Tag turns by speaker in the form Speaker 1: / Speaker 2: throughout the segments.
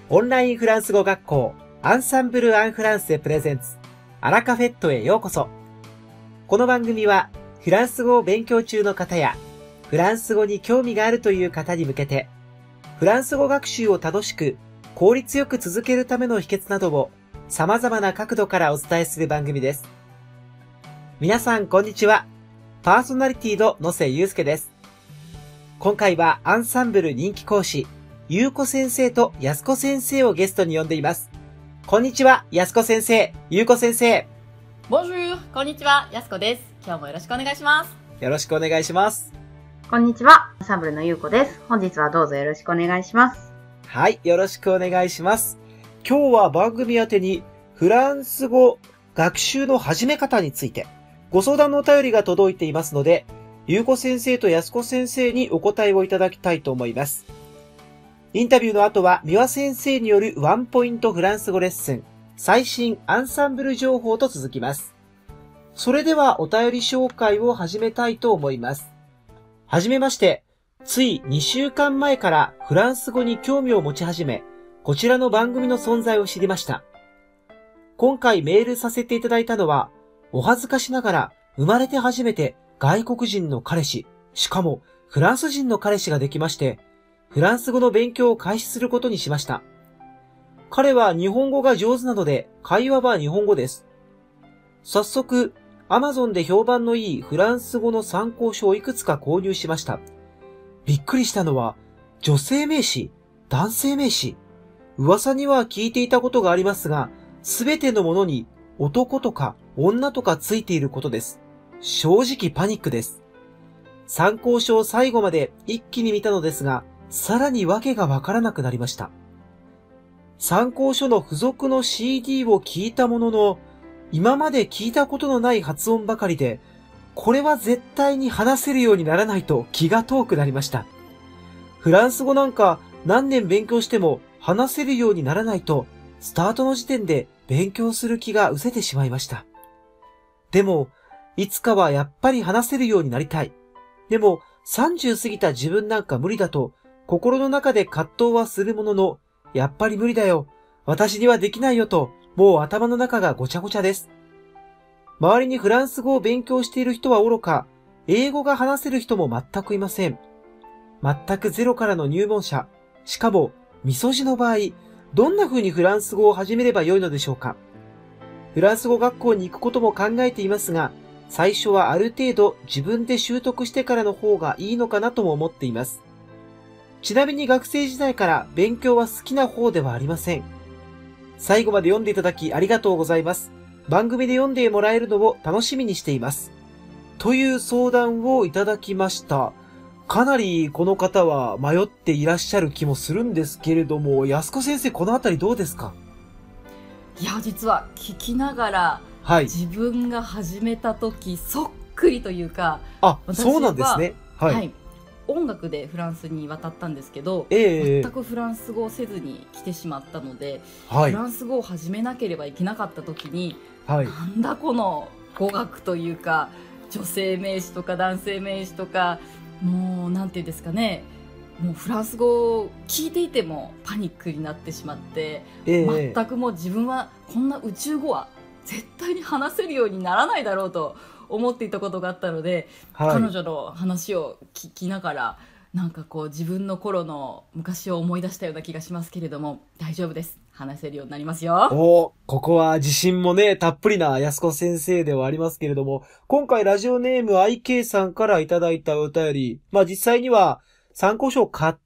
Speaker 1: オンラインフランス語学校アンサンブル・アン・フランセプレゼンツアラカフェットへようこそ。この番組はフランス語を勉強中の方やフランス語に興味があるという方に向けてフランス語学習を楽しく効率よく続けるための秘訣などを様々な角度からお伝えする番組です。皆さんこんにちは。パーソナリティの野瀬祐介です。今回はアンサンブル人気講師ゆうこ先生とやすこ先生をゲストに呼んでいます。こんにちは、やすこ先生、ゆうこ先生。
Speaker 2: Bonjour、こんにちは、やすこです。今日もよろしくお願いします。
Speaker 1: よろしくお願いします。
Speaker 3: こんにちは、アンサンブルのゆうこです。本日はどうぞよろしくお願いします。
Speaker 1: はい、よろしくお願いします。今日は番組宛てにフランス語学習の始め方についてご相談のお便りが届いていますので、ゆうこ先生とやすこ先生にお答えをいただきたいと思います。インタビューの後は三輪先生によるワンポイントフランス語レッスン、最新アンサンブル情報と続きます。それではお便り紹介を始めたいと思います。はじめまして、つい2週間前からフランス語に興味を持ち始め、こちらの番組の存在を知りました。今回メールさせていただいたのは、お恥ずかしながら生まれて初めて外国人の彼氏、しかもフランス人の彼氏ができまして、フランス語の勉強を開始することにしました。彼は日本語が上手なので、会話は日本語です。早速、Amazon で評判のいいフランス語の参考書をいくつか購入しました。びっくりしたのは、女性名詞、男性名詞。噂には聞いていたことがありますが、すべてのものに男とか女とかついていることです。正直パニックです。参考書を最後まで一気に見たのですが、さらに訳がわからなくなりました。参考書の付属の CD を聞いたものの、今まで聞いたことのない発音ばかりで、これは絶対に話せるようにならないと気が遠くなりました。フランス語なんか何年勉強しても話せるようにならないと、スタートの時点で勉強する気が失せてしまいました。でも、いつかはやっぱり話せるようになりたい。でも、30過ぎた自分なんか無理だと、心の中で葛藤はするものの、やっぱり無理だよ。私にはできないよと、もう頭の中がごちゃごちゃです。周りにフランス語を勉強している人はおろか、英語が話せる人も全くいません。全くゼロからの入門者。しかも、みそじの場合、どんな風にフランス語を始めればよいのでしょうか。フランス語学校に行くことも考えていますが、最初はある程度自分で習得してからの方がいいのかなとも思っています。ちなみに学生時代から勉強は好きな方ではありません。最後まで読んでいただきありがとうございます。番組で読んでもらえるのを楽しみにしています。という相談をいただきました。かなりこの方は迷っていらっしゃる気もするんですけれども、安子先生このあたりどうですか？
Speaker 2: いや、実は聞きながら、
Speaker 1: はい。
Speaker 2: 自分が始めた時そっくりというか、
Speaker 1: あ、そうなんですね。はい。
Speaker 2: はい、音楽でフランスに渡ったんですけど、
Speaker 1: 全
Speaker 2: 全くフランス語をせずに来てしまったので、
Speaker 1: はい、
Speaker 2: フランス語を始めなければいけなかった時に、
Speaker 1: はい、
Speaker 2: なんだこの語学というか、女性名詞とか男性名詞とか、もうなんていうんですかね、もうフランス語を聞いていてもパニックになってしまって、全くもう自分はこんな宇宙語は絶対に話せるようにならないだろうと思っていたことがあったので、はい、彼女の話を聞きながら、なんかこう自分の頃の昔を思い出したような気がしますけれども、大丈夫です。話せるようになりますよ。
Speaker 1: ここは自信もね、たっぷりな安子先生ではありますけれども、今回ラジオネーム IK さんからいただいたお便り、実際には参考書を買って、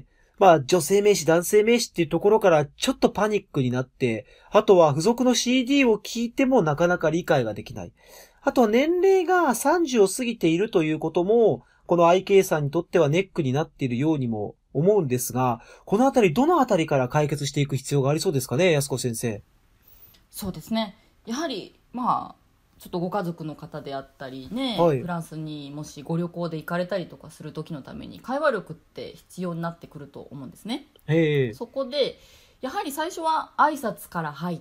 Speaker 1: 女性名詞、男性名詞っていうところからちょっとパニックになって、あとは付属の CD を聞いてもなかなか理解ができない。あとは年齢が30を過ぎているということも、この IK さんにとってはネックになっているようにも思うんですが、このあたりどのあたりから解決していく必要がありそうですかね、安子先生。
Speaker 2: そうですね。やはり、ちょっとご家族の方であったりね、
Speaker 1: はい、
Speaker 2: フランスにもしご旅行で行かれたりとかする時のために会話力って必要になってくると思うんですね。そこでやはり最初は挨拶から入って、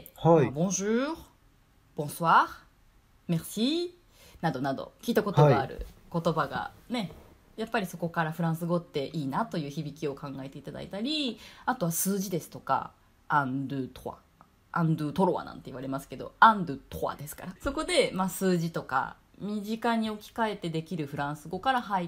Speaker 1: はい、
Speaker 2: Bonjour、Bonsoir、Merci などなど聞いたことがある言葉がね、 やっぱりそこからフランス語っていいなという響きを考えていただいたり、あとは数字ですとか、アンドゥトワ、アンドゥトロワなんて言われますけど、アンドゥトワですから、そこで、数字とか身近に置き換えてできるフランス語から入って、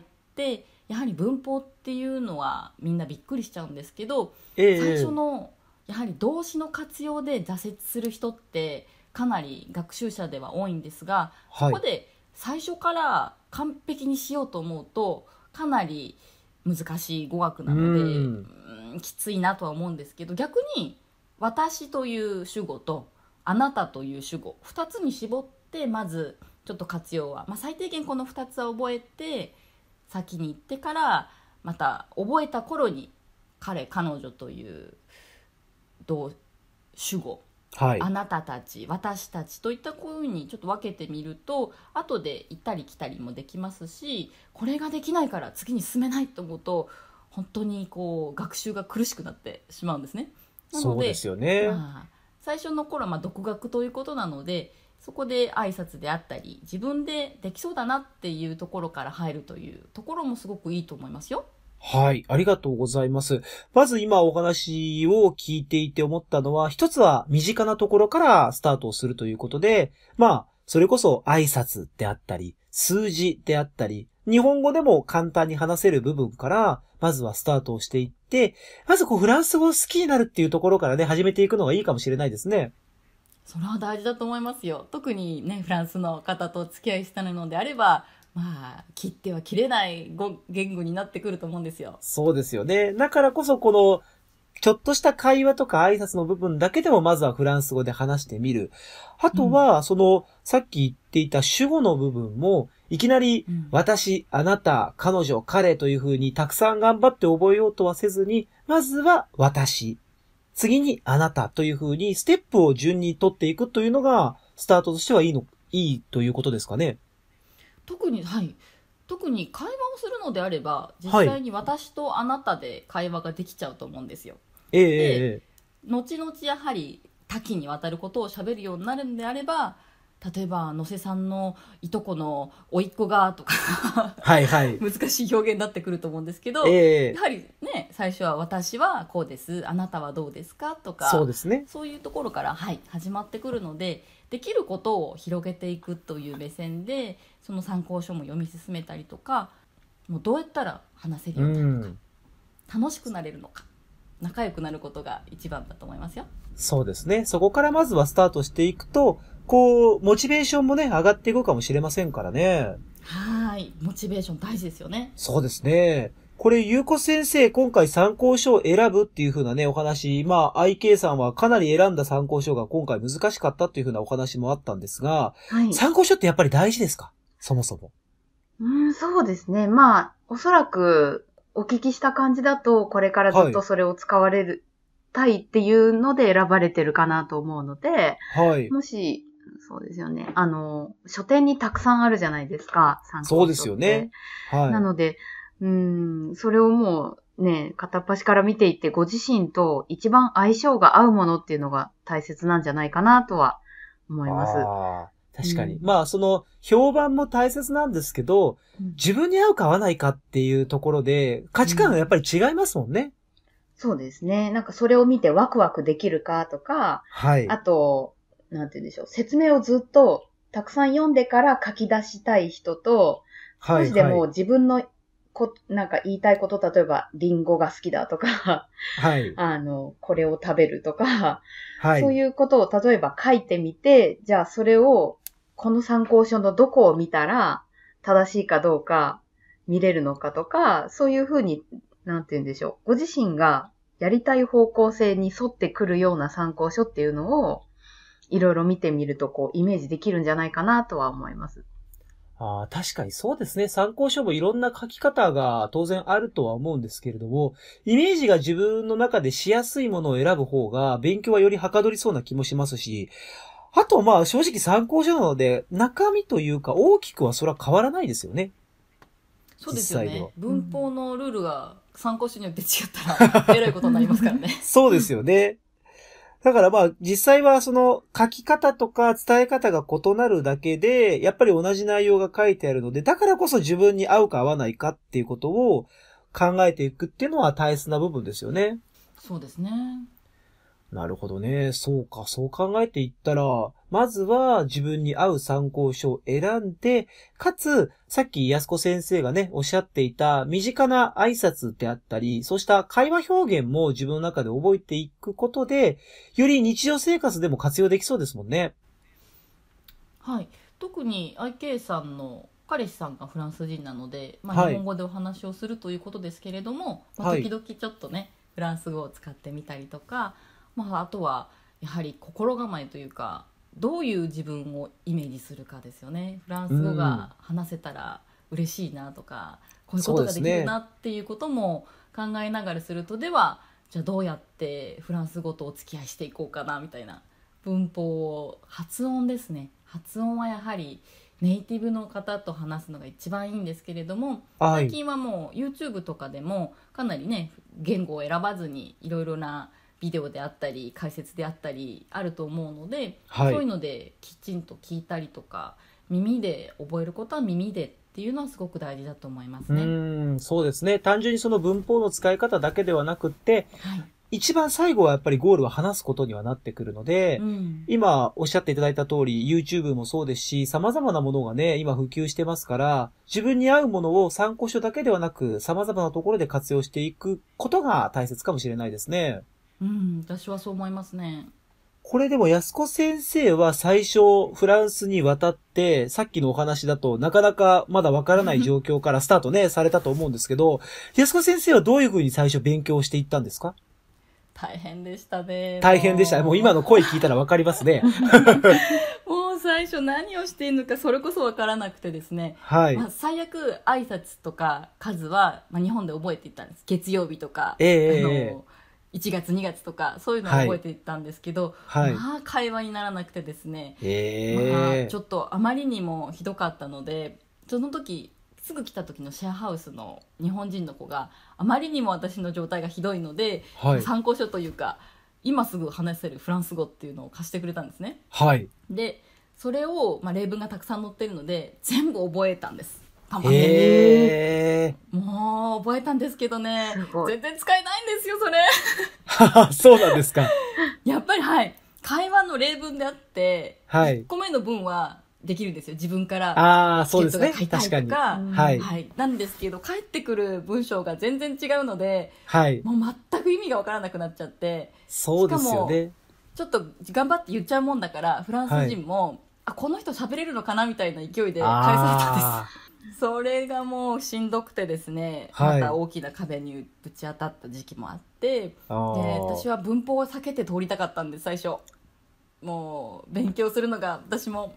Speaker 2: やはり文法っていうのはみんなびっくりしちゃうんですけど、最初のやはり動詞の活用で挫折する人ってかなり学習者では多いんですが、そこで最初から完璧にしようと思うとかなり難しい語学なので、きついなとは思うんですけど、逆に私という主語とあなたという主語2つに絞ってまずちょっと活用は、最低限この2つは覚えて先に行ってから、また覚えた頃に彼彼女という主語、あなたたち私たちといったこういうふうにちょっと分けてみると、後で行ったり来たりもできますし、これができないから次に進めないと思うと本当に学習が苦しくなってしまうんですね。なので、
Speaker 1: そうですよね。
Speaker 2: 最初の頃は独学ということなので、そこで挨拶であったり自分でできそうだなっていうところから入るというところもすごくいいと思いますよ。
Speaker 1: はい、ありがとうございます。まず今お話を聞いていて思ったのは、一つは身近なところからスタートをするということで、それこそ挨拶であったり、数字であったり、日本語でも簡単に話せる部分から、まずはスタートをしていって、まずフランス語を好きになるっていうところからね、始めていくのがいいかもしれないですね。
Speaker 2: それは大事だと思いますよ。特にね、フランスの方とお付き合いしたのであれば、切っては切れない言語になってくると思うんですよ。
Speaker 1: そうですよね。だからこそちょっとした会話とか挨拶の部分だけでもまずはフランス語で話してみる。あとは、さっき言っていた主語の部分も、いきなり、私、あなた、彼女、彼という風にたくさん頑張って覚えようとはせずに、まずは私、次にあなたという風にステップを順に取っていくというのが、スタートとしてはいいということですかね。
Speaker 2: 特に会話をするのであれば、実際に私とあなたで会話ができちゃうと思うんですよ。で、後々やはり多岐にわたることを喋るようになるんであれば、例えば野瀬さんのいとこの甥っ子がとか難しい表現になってくると思うんですけど、やはりね、最初は私はこうです、あなたはどうですかとか、
Speaker 1: そうですね、
Speaker 2: そういうところから始まってくるので、できることを広げていくという目線でその参考書も読み進めたりとか、もうどうやったら話せるようになるのか、楽しくなれるのか、仲良くなることが一番だと思いますよ。
Speaker 1: そうですね。そこからまずはスタートしていくと、モチベーションもね、上がっていくかもしれませんからね。
Speaker 2: モチベーション大事ですよね。
Speaker 1: そうですね。これ、ゆうこ先生、今回参考書を選ぶっていう風なね、お話、IK さんはかなり選んだ参考書が今回難しかったっていう風なお話もあったんですが、参考書ってやっぱり大事ですか？そもそも。
Speaker 3: そうですね。おそらく、お聞きした感じだと、これからずっとそれを使われる、たいっていうので選ばれてるかなと思うので、もし、そうですよね。書店にたくさんあるじゃないですか、参考書って。
Speaker 1: そうですよね。
Speaker 3: なので、それをもうね、片っ端から見ていって、ご自身と一番相性が合うものっていうのが大切なんじゃないかなとは思います。
Speaker 1: 確かに。評判も大切なんですけど、自分に合うか合わないかっていうところで、価値観がやっぱり違いますもんね。
Speaker 3: そうですね。なんかそれを見てワクワクできるかとか、あと、なんて言うんでしょう。説明をずっとたくさん読んでから書き出したい人と、少しでも自分のなんか言いたいこと、例えばリンゴが好きだとか、これを食べるとか、そういうことを例えば書いてみて、じゃあそれをこの参考書のどこを見たら正しいかどうか見れるのかとか、そういうふうに、なんて言うんでしょう。ご自身がやりたい方向性に沿ってくるような参考書っていうのをいろいろ見てみるとイメージできるんじゃないかなとは思います。
Speaker 1: 確かにそうですね。参考書もいろんな書き方が当然あるとは思うんですけれども、イメージが自分の中でしやすいものを選ぶ方が勉強はよりはかどりそうな気もしますし、あと正直参考書なので中身というか大きくはそれは変わらないですよね。
Speaker 2: そうですよね。文法のルールが参考書によって違ったらえらいことになりますからね。
Speaker 1: そうですよね。 だからまあ、実際はその書き方とか伝え方が異なるだけで、やっぱり同じ内容が書いてあるので、だからこそ自分に合うか合わないかっていうことを考えていくっていうのは大切な部分ですよね。
Speaker 2: そうですね。
Speaker 1: なるほどね。そうか、そう考えていったら、まずは自分に合う参考書を選んで、かつ、さっき安子先生がね、おっしゃっていた身近な挨拶であったり、そうした会話表現も自分の中で覚えていくことで、より日常生活でも活用できそうですもんね。
Speaker 2: はい。特に IK さんの彼氏さんがフランス人なので、日本語でお話をするということですけれども、時々ちょっとね、フランス語を使ってみたりとか、あとはやはり心構えというか、どういう自分をイメージするかですよね。フランス語が話せたら嬉しいなとか、こういうことができるなっていうことも考えながらすると、ではじゃあどうやってフランス語とお付き合いしていこうかなみたいな。文法、発音ですね。発音はやはりネイティブの方と話すのが一番いいんですけれども、最近はもう YouTube とかでもかなりね、言語を選ばずにいろいろなビデオであったり解説であったりあると思うので、そういうのできちんと聞いたりとか、耳で覚えることは耳でっていうのはすごく大事だと思いますね。
Speaker 1: そうですね。単純にその文法の使い方だけではなくって、一番最後はやっぱりゴールは話すことにはなってくるので、今おっしゃっていただいた通り YouTube もそうですし、様々なものがね、今普及してますから、自分に合うものを参考書だけではなく、様々なところで活用していくことが大切かもしれないですね。
Speaker 2: 私はそう思いますね。
Speaker 1: これでも安子先生は最初フランスに渡って、さっきのお話だとなかなかまだわからない状況からスタートね、されたと思うんですけど、安子先生はどういうふうに最初勉強していったんですか？
Speaker 2: 大変でしたね。
Speaker 1: 大変でした。もう今の声聞いたらわかりますね。
Speaker 2: もう最初何をしていいのかそれこそわからなくてですね。最悪挨拶とか数は、日本で覚えていったんです。月曜日とか、1月2月とかそういうのを覚えていったんですけど、会話にならなくてですね、ちょっとあまりにもひどかったので、その時すぐ来た時のシェアハウスの日本人の子があまりにも私の状態がひどいので、参考書というか今すぐ話せるフランス語っていうのを貸してくれたんですね。でそれを、例文がたくさん載ってるので全部覚えたんです。もう覚えたんですけどね、全然使えないんですよそれ。
Speaker 1: そうなんですか。
Speaker 2: やっぱり会話の例文であって、1個目の文はできるんですよ。自分からチケットが買いたいとか、なんですけど返ってくる文章が全然違うので、もう全く意味がわからなくなっちゃって、
Speaker 1: そうですよね。
Speaker 2: ちょっと頑張って言っちゃうもんだからフランス人も、この人喋れるのかなみたいな勢いで返されたんです。それがもうしんどくてですね、また大きな壁にぶち当たった時期もあって、で私は文法を避けて通りたかったんです。最初もう勉強するのが私も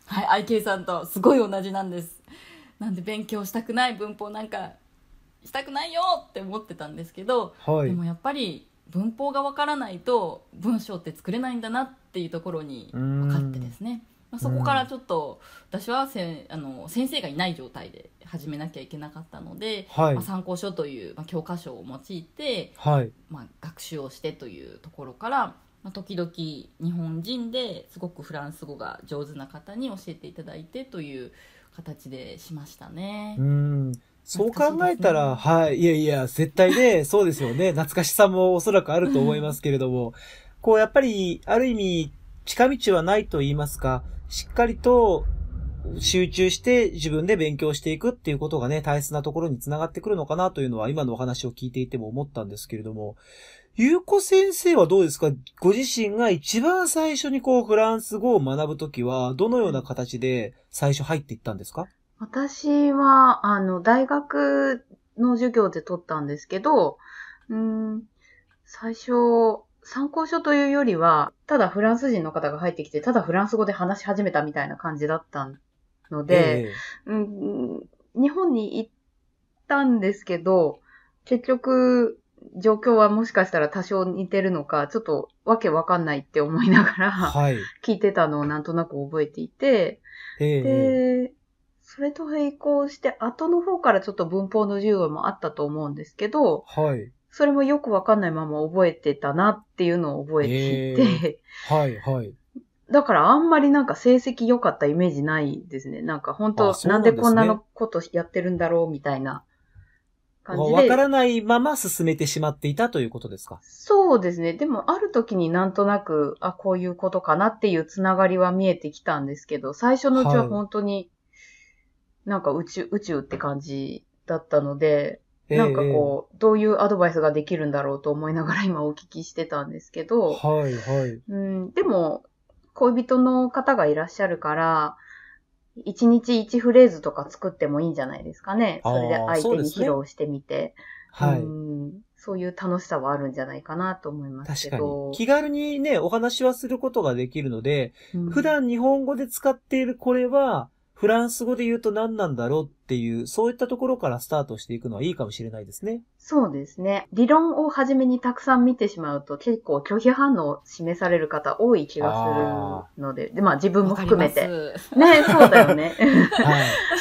Speaker 2: IK さんとすごい同じなんです。なんで勉強したくない、文法なんかしたくないよって思ってたんですけど、でもやっぱり文法がわからないと文章って作れないんだなっていうところに分かってですね、そこからちょっと私は先生がいない状態で始めなきゃいけなかったので、参考書という、教科書を用いて、学習をしてというところから、時々日本人ですごくフランス語が上手な方に教えていただいてという形でしましたね。
Speaker 1: そう考えたら、いやいや、絶対ね、そうですよね。懐かしさもおそらくあると思いますけれども、やっぱり、ある意味、近道はないと言いますか、しっかりと集中して自分で勉強していくっていうことがね、大切なところにつながってくるのかなというのは、今のお話を聞いていても思ったんですけれども、ゆうこ先生はどうですか？ご自身が一番最初にフランス語を学ぶときは、どのような形で最初入っていったんですか？
Speaker 3: 私は、大学の授業で取ったんですけど、最初、参考書というよりは、ただフランス人の方が入ってきて、ただフランス語で話し始めたみたいな感じだったので、日本に行ったんですけど、結局、状況はもしかしたら多少似てるのか、ちょっとわけわかんないって思いながら、聞いてたのをなんとなく覚えていて、で、それと並行して後の方からちょっと文法の授業もあったと思うんですけど、 それもよくわかんないまま覚えてたなっていうのを覚えていて、
Speaker 1: はいはい。
Speaker 3: だからあんまりなんか成績良かったイメージないですね。なんか本当なんでこんなのことやってるんだろうみたいな感じで。
Speaker 1: わからないまま進めてしまっていたということですか？
Speaker 3: そうですね。でもある時になんとなく、あ、こういうことかなっていうつながりは見えてきたんですけど、最初のうちは本当になんか宇宙って感じだったので、なんかこう、どういうアドバイスができるんだろうと思いながら今お聞きしてたんですけど、
Speaker 1: はいはい。
Speaker 3: でも、恋人の方がいらっしゃるから、一日一フレーズとか作ってもいいんじゃないですかね。それで相手に披露してみて。はい。そういう楽しさはあるんじゃないかなと思いますけど。確かに。
Speaker 1: 気軽にね、お話はすることができるので、普段日本語で使っているこれは、フランス語で言うと何なんだろうっていう、そういったところからスタートしていくのはいいかもしれないですね。
Speaker 3: そうですね。理論を初めにたくさん見てしまうと結構拒否反応を示される方多い気がするので、まあ自分も含めて。ね、そうだよね。はい。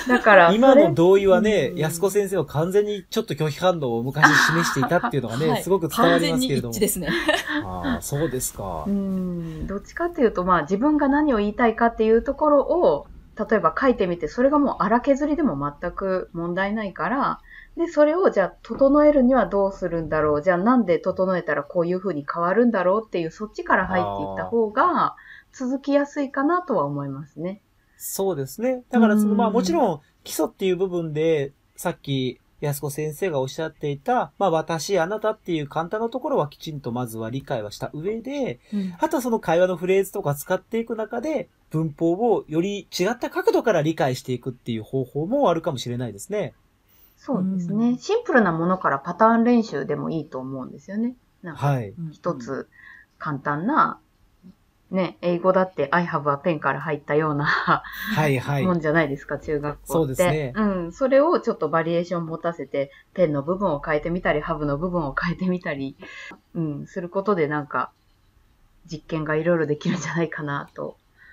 Speaker 3: だから。
Speaker 1: 今の同意はね、安子先生は完全にちょっと拒否反応を昔示していたっていうのがね、はい、すごく伝わりますけれども。
Speaker 2: 完全に一致ですね。
Speaker 1: ああ、そうですか。
Speaker 3: どっちかっていうと、まあ自分が何を言いたいかっていうところを、例えば書いてみて、それがもう荒削りでも全く問題ないから、で、それをじゃあ整えるにはどうするんだろう。じゃあなんで整えたらこういう風に変わるんだろうっていう、そっちから入っていった方が続きやすいかなとは思いますね。
Speaker 1: そうですね。だからまあもちろん基礎っていう部分で、さっき安子先生がおっしゃっていた、まあ私、あなたっていう簡単なところはきちんとまずは理解はした上で、あとはその会話のフレーズとか使っていく中で、文法をより違った角度から理解していくっていう方法もあるかもしれないですね。
Speaker 3: そうですね。シンプルなものからパターン練習でもいいと思うんですよね。なんか、一つ簡単な、ね、英語だって I have a pen から入ったようなはいはい。もんじゃないですか、中学校って。そうですね。それをちょっとバリエーション持たせて、ペンの部分を変えてみたり、ハブの部分を変えてみたり、することでなんか、実験がいろいろできるんじゃないかなと。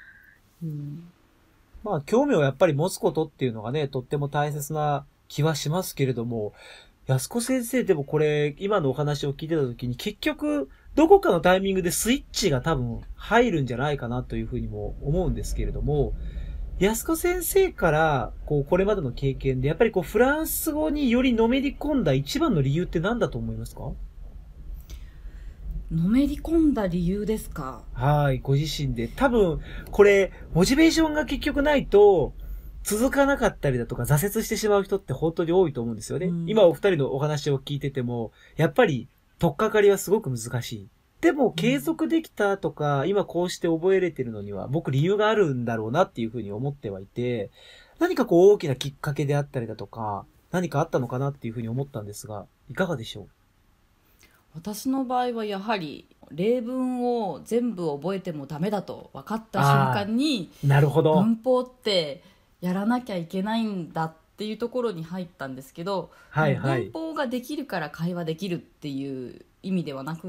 Speaker 1: まあ、興味をやっぱり持つことっていうのがね、とっても大切な気はしますけれども、安子先生でもこれ、今のお話を聞いてた時に結局、どこかのタイミングでスイッチが多分入るんじゃないかなというふうにも思うんですけれども、安子先生から、これまでの経験で、やっぱりフランス語によりのめり込んだ一番の理由って何だと思いますか？
Speaker 2: のめり込んだ理由ですか？
Speaker 1: はい、ご自身で。多分、これ、モチベーションが結局ないと、続かなかったりだとか挫折してしまう人って本当に多いと思うんですよね。今お二人のお話を聞いてても、やっぱり、取っかかりはすごく難しい。でも、継続できたとか、今こうして覚えれてるのには、僕理由があるんだろうなっていうふうに思ってはいて、何か大きなきっかけであったりだとか、何かあったのかなっていうふうに思ったんですが、いかがでしょう？
Speaker 2: 私の場合はやはり例文を全部覚えてもダメだと分かった瞬間に、
Speaker 1: なるほど。
Speaker 2: 文法ってやらなきゃいけないんだっていうところに入ったんですけど、はいはい、文法ができるから会話できるっていう意味ではなくって、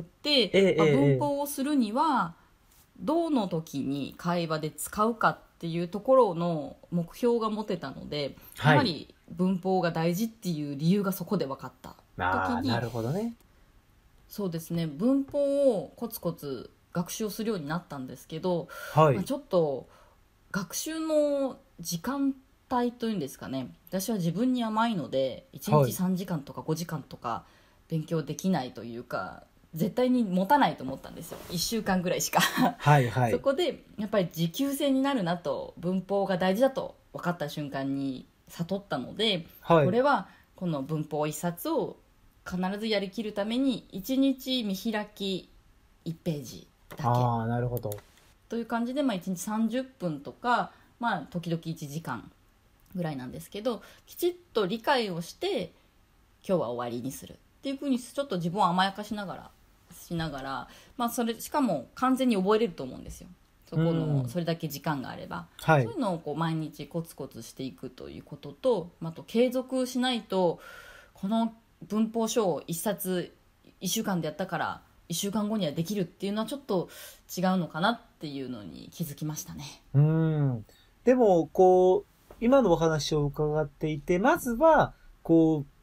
Speaker 2: 文法をするにはどの時に会話で使うかっていうところの目標が持てたので、やはり文法が大事っていう理由がそこで分かった時に、
Speaker 1: なるほどね。
Speaker 2: そうですね、文法をコツコツ学習をするようになったんですけど、ちょっと学習の時間帯というんですかね、私は自分に甘いので1日3時間とか5時間とか勉強できないというか、絶対に持たないと思ったんですよ。1週間ぐらいしかはいはい。そこでやっぱり持久戦になるなと、文法が大事だと分かった瞬間に悟ったので、これはこの文法1冊を必ずやりきるために1日見開き1ページだけ、
Speaker 1: なるほど
Speaker 2: という感じで、1日30分とか、時々1時間ぐらいなんですけど、きちっと理解をして今日は終わりにするっていう風にちょっと自分を甘やかしながら、それしかも完全に覚えれると思うんですよ。そこのそれだけ時間があれば、そういうのを毎日コツコツしていくということと、あと継続しないと、この文法書を1冊1週間でやったから1週間後にはできるっていうのはちょっと違うのかなっていうのに気づきましたね。
Speaker 1: でも今のお話を伺っていて、まずは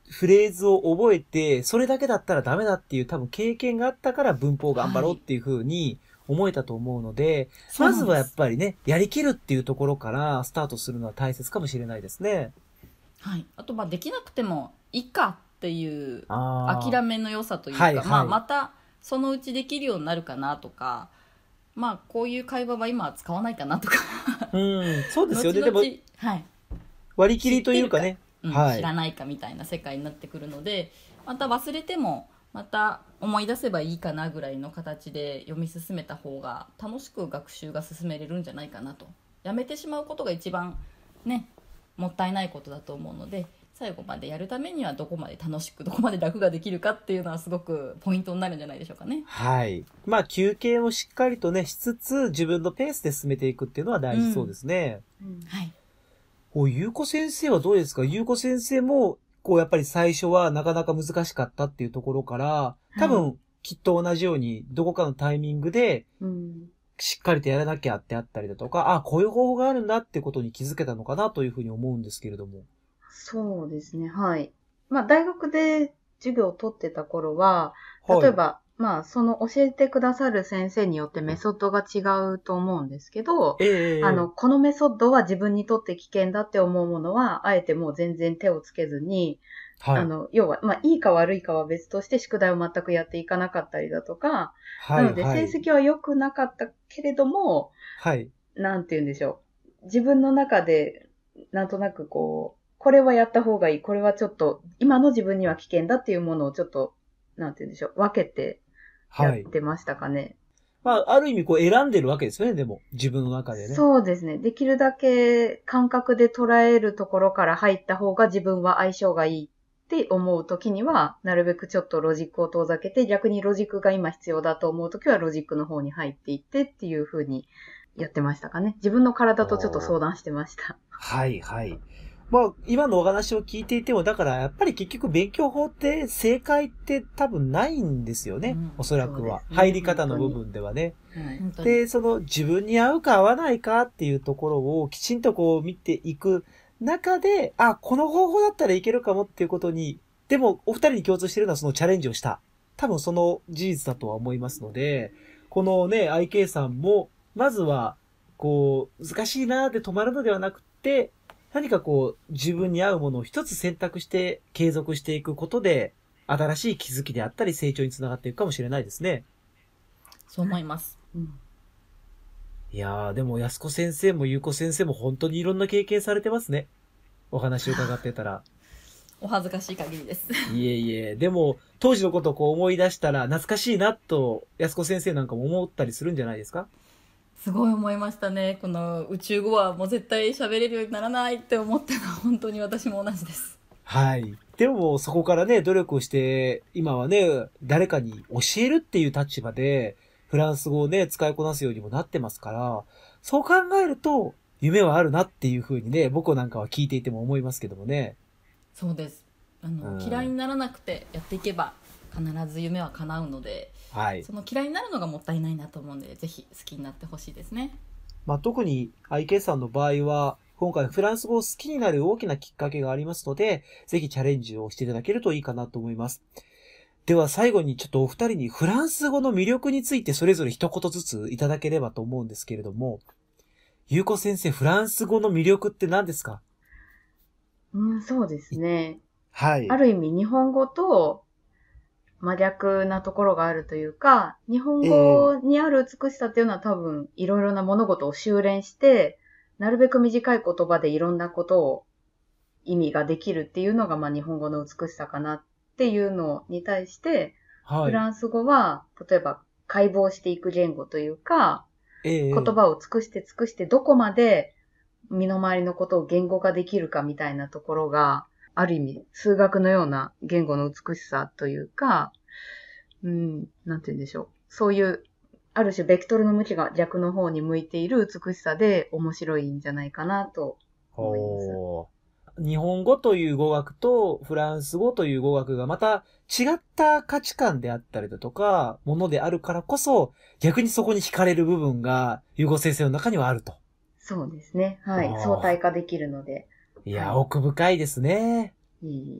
Speaker 1: フレーズを覚えて、それだけだったらダメだっていう多分経験があったから文法頑張ろうっていう風に思えたと思うので、まずはやっぱりね、やりきるっていうところからスタートするのは大切かもしれないですね。
Speaker 2: はい。あと、できなくてもいいかっていう諦めの良さというか、またそのうちできるようになるかなとか、こういう会話は今は使わないかなとか。
Speaker 1: そうですよね。
Speaker 2: でも、
Speaker 1: 割り切りというかね、
Speaker 2: 知らないかみたいな世界になってくるので、また忘れてもまた思い出せばいいかなぐらいの形で読み進めた方が楽しく学習が進めれるんじゃないかなと。やめてしまうことが一番ね、もったいないことだと思うので、最後までやるためにはどこまで楽しくどこまで楽ができるかっていうのはすごくポイントになるんじゃないでしょうかね。
Speaker 1: はい。休憩をしっかりとねしつつ自分のペースで進めていくっていうのは大事そうですね。
Speaker 2: はい。
Speaker 1: ゆうこ先生はどうですか？ゆうこ先生もやっぱり最初はなかなか難しかったっていうところから、多分きっと同じようにどこかのタイミングでしっかりとやらなきゃってあったりだとか、こういう方法があるんだってことに気づけたのかなというふうに思うんですけれども。
Speaker 3: そうですね、はい。大学で授業を取ってた頃は、例えば、その教えてくださる先生によってメソッドが違うと思うんですけど、このメソッドは自分にとって危険だって思うものは、あえてもう全然手をつけずに、要は、いいか悪いかは別として宿題を全くやっていかなかったりだとか、なので成績は良くなかったけれども、なんて言うんでしょう。自分の中で、なんとなくこれはやった方がいい、これはちょっと、今の自分には危険だっていうものをちょっと、なんて言うんでしょう、分けてやってましたかね。
Speaker 1: ある意味選んでるわけですよね、でも。自分の中でね。
Speaker 3: そうですね。できるだけ感覚で捉えるところから入った方が自分は相性がいいって思うときには、なるべくちょっとロジックを遠ざけて、逆にロジックが今必要だと思うときはロジックの方に入っていってっていう風にやってましたかね。自分の体とちょっと相談してました。
Speaker 1: はいはい。今のお話を聞いていても、だからやっぱり結局勉強法って正解って多分ないんですよね。おそらくは。入り方の部分ではね。で、その自分に合うか合わないかっていうところをきちんと見ていく中で、この方法だったらいけるかもっていうことに、でもお二人に共通しているのはそのチャレンジをした。多分その事実だとは思いますので、このね、IK さんも、まずは、難しいなーって止まるのではなくて、何か自分に合うものを一つ選択して継続していくことで、新しい気づきであったり成長につながっていくかもしれないですね。
Speaker 2: そう思います。
Speaker 1: いやー、でも安子先生もゆうこ先生も本当にいろんな経験されてますね。お話を伺ってたら。
Speaker 2: お恥ずかしい限りです。
Speaker 1: いえいえ、でも当時のことを思い出したら懐かしいなと安子先生なんかも思ったりするんじゃないですか？
Speaker 2: すごい思いましたね。この宇宙語はもう絶対喋れるようにならないって思ったのは本当に私も同じです。
Speaker 1: はい。でもそこからね、努力をして、今はね、誰かに教えるっていう立場で、フランス語をね、使いこなすようにもなってますから、そう考えると、夢はあるなっていうふうにね、僕なんかは聞いていても思いますけどもね。
Speaker 2: そうです。嫌いにならなくてやっていけば、必ず夢は叶うので、その嫌いになるのがもったいないなと思うので、ぜひ好きになってほしいですね。
Speaker 1: 特に IK さんの場合は、今回フランス語を好きになる大きなきっかけがありますので、ぜひチャレンジをしていただけるといいかなと思います。では最後にちょっとお二人にフランス語の魅力についてそれぞれ一言ずついただければと思うんですけれども、ゆうこ先生、フランス語の魅力って何ですか？
Speaker 3: そうですね。
Speaker 1: はい。
Speaker 3: ある意味日本語と真逆なところがあるというか、日本語にある美しさっていうのは多分いろいろな物事を修練して、なるべく短い言葉でいろんなことを意味ができるっていうのが日本語の美しさかなっていうのに対して、フランス語は例えば解剖していく言語というか、言葉を尽くしてどこまで身の回りのことを言語化できるかみたいなところが、ある意味数学のような言語の美しさというか、なんて言うんでしょう。そういう、ある種ベクトルの向きが逆の方に向いている美しさで面白いんじゃないかなと思い
Speaker 1: ます。日本語という語学とフランス語という語学がまた違った価値観であったりだとか、ものであるからこそ、逆にそこに惹かれる部分が、ゆうご先生の中にはあると。
Speaker 3: そうですね。はい。相対化できるので。
Speaker 1: いや、奥深いですね。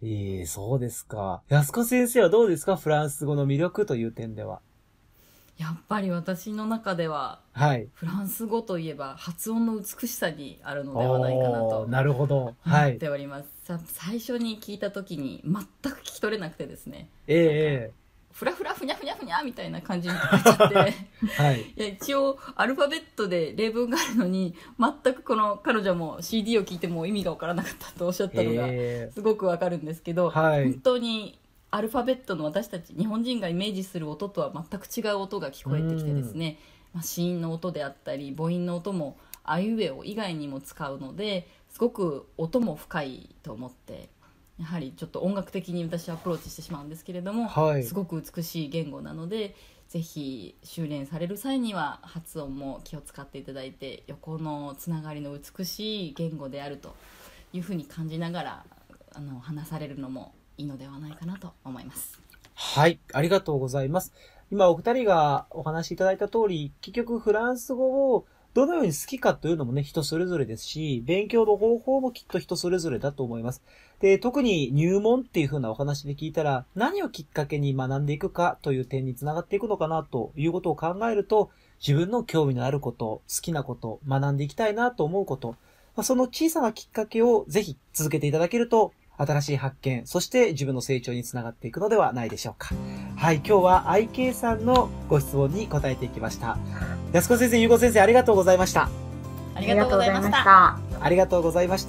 Speaker 1: そうですか。安子先生はどうですか？フランス語の魅力という点では。
Speaker 2: やっぱり私の中では、
Speaker 1: はい。
Speaker 2: フランス語といえば発音の美しさにあるのではないかなと
Speaker 1: なるほど。
Speaker 2: 思
Speaker 1: はい。
Speaker 2: っております。最初に聞いた時に全く聞き取れなくてですね。フラフラふにゃふにゃふにゃみたいな感じに聞こえちゃって、はい、いや一応アルファベットで例文があるのに全くこの彼女も CD を聞いても意味がわからなかったとおっしゃったのがすごくわかるんですけど、本当にアルファベットの私たち日本人がイメージする音とは全く違う音が聞こえてきてですね、子音の音であったり母音の音もあいうえお以外にも使うのですごく音も深いと思って、やはりちょっと音楽的に私はアプローチしてしまうんですけれども、すごく美しい言語なので、ぜひ修練される際には発音も気を使っていただいて、横のつながりの美しい言語であるというふうに感じながら話されるのもいいのではないかなと思います。
Speaker 1: はい、ありがとうございます。今お二人がお話しいただいた通り、結局フランス語をどのように好きかというのもね、人それぞれですし、勉強の方法もきっと人それぞれだと思います。で、特に入門っていう風なお話で聞いたら、何をきっかけに学んでいくかという点につながっていくのかなということを考えると、自分の興味のあること、好きなこと、学んでいきたいなと思うこと、その小さなきっかけをぜひ続けていただけると、新しい発見、そして自分の成長につながっていくのではないでしょうか。はい、今日は IK さんのご質問に答えていきました。安子先生、ゆうこ先生、ありがとうございました。
Speaker 2: ありがとうございました。
Speaker 1: ありがとうございました。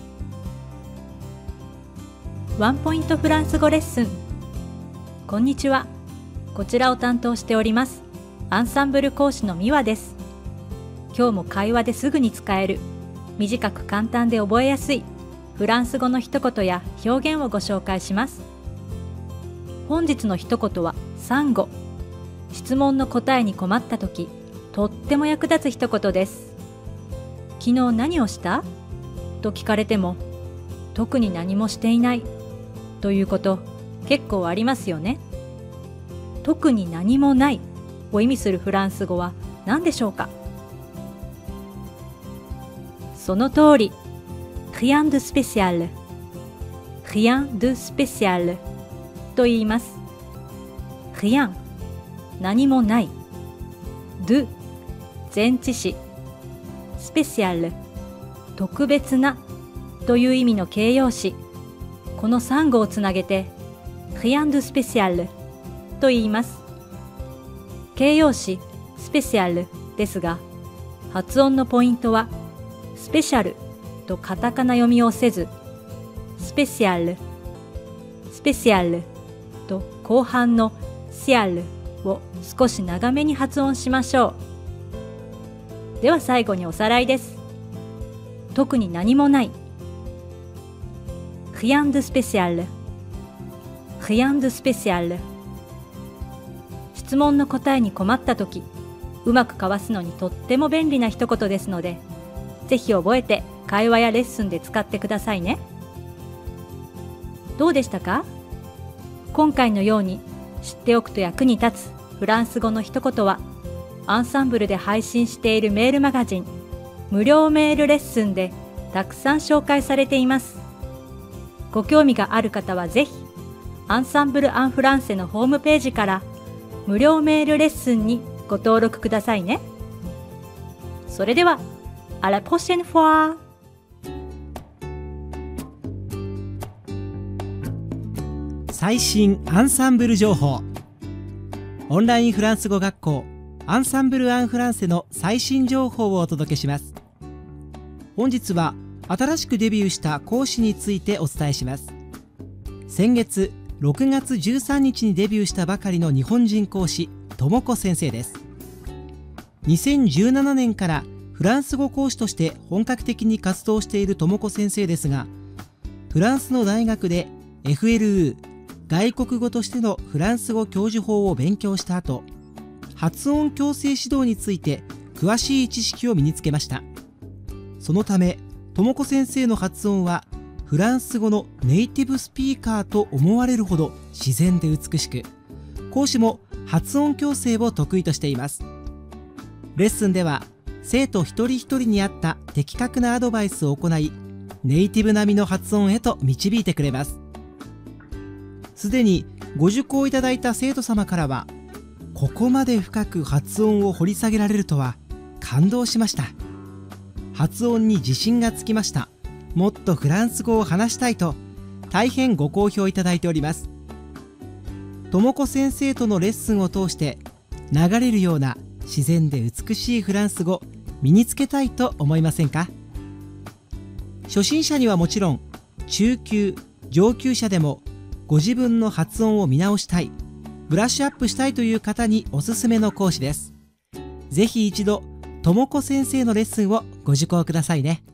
Speaker 4: ワンポイントフランス語レッスン。こんにちは。こちらを担当しておりますアンサンブル講師のミワです。今日も会話ですぐに使える、短く簡単で覚えやすいフランス語の一言や表現をご紹介します。本日の一言はサンゴ。質問の答えに困ったとき、とっても役立つ一言です。昨日何をしたと聞かれても、特に何もしていないということ結構ありますよね。特に何もないを意味するフランス語は何でしょうか？その通り、rien de spécial、rien de spécial と言います。rien、何もない。de、前置詞。spécial、特別なという意味の形容詞。この3語をつなげて、rien de spécial と言います。形容詞、スペシャルですが、発音のポイントは、スペシャルとカタカナ読みをせず、スペシャル、スペシャルと後半のシャルを少し長めに発音しましょう。では最後におさらいです。特に何もない。rien de spécial、rien de spécial。質問の答えに困ったとき、うまくかわすのにとっても便利な一言ですので、ぜひ覚えて会話やレッスンで使ってくださいね。どうでしたか？今回のように知っておくと役に立つフランス語の一言は、アンサンブルで配信しているメールマガジン、無料メールレッスンでたくさん紹介されています。ご興味がある方はぜひ、アンサンブル・アン・フランセのホームページから無料メールレッスンにご登録くださいね。それでは、à la prochaine fois!
Speaker 1: 最新アンサンブル情報。オンラインフランス語学校アンサンブル・アン・フランセの最新情報をお届けします。本日は新しくデビューした講師についてお伝えします。先月6月13日にデビューしたばかりの日本人講師、ともこ先生です。2017年からフランス語講師として本格的に活動しているともこ先生ですが、フランスの大学で FLU 外国語としてのフランス語教授法を勉強した後、発音矯正指導について詳しい知識を身につけました。そのため、ともこ先生の発音はフランス語のネイティブスピーカーと思われるほど自然で美しく、講師も発音矯正を得意としています。レッスンでは生徒一人一人に合った的確なアドバイスを行い、ネイティブ並みの発音へと導いてくれます。 すでにご受講いただいた生徒様からは、ここまで深く発音を掘り下げられるとは感動しました。発音に自信がつきました。もっとフランス語を話したいと大変ご好評いただいております。ともこ先生とのレッスンを通して流れるような自然で美しいフランス語身につけたいと思いませんか？初心者にはもちろん、中級上級者でもご自分の発音を見直したい、ブラッシュアップしたいという方におすすめの講師です。ぜひ一度ともこ先生のレッスンをご受講くださいね。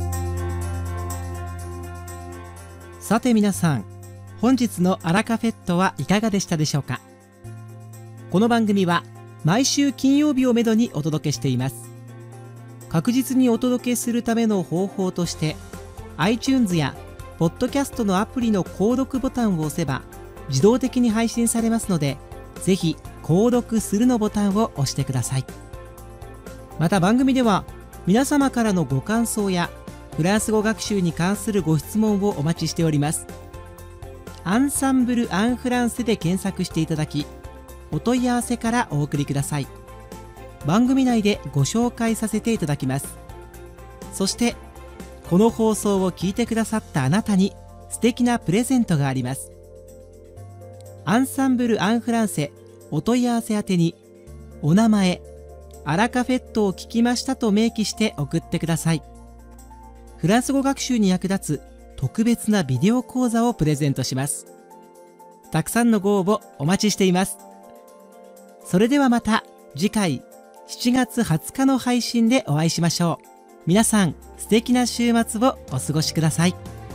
Speaker 1: さて皆さん、本日のアラカフェットはいかがでしたでしょうか？この番組は毎週金曜日をめどにお届けしています。確実にお届けするための方法として、iTunes やポッドキャストのアプリの購読ボタンを押せば自動的に配信されますので、ぜひ購読するのボタンを押してください。また番組では皆様からのご感想やフランス語学習に関するご質問をお待ちしております。アンサンブル・アン・フランセで検索していただき、お問い合わせからお送りください。番組内でご紹介させていただきます。そしてこの放送を聞いてくださったあなたに素敵なプレゼントがあります。アンサンブル・アン・フランセお問い合わせ宛てに、お名前、アラカフェットを聞きましたと明記して送ってください。フランス語学習に役立つ特別なビデオ講座をプレゼントします。たくさんのご応募お待ちしています。それではまた次回7月20日の配信でお会いしましょう。皆さん素敵な週末をお過ごしください。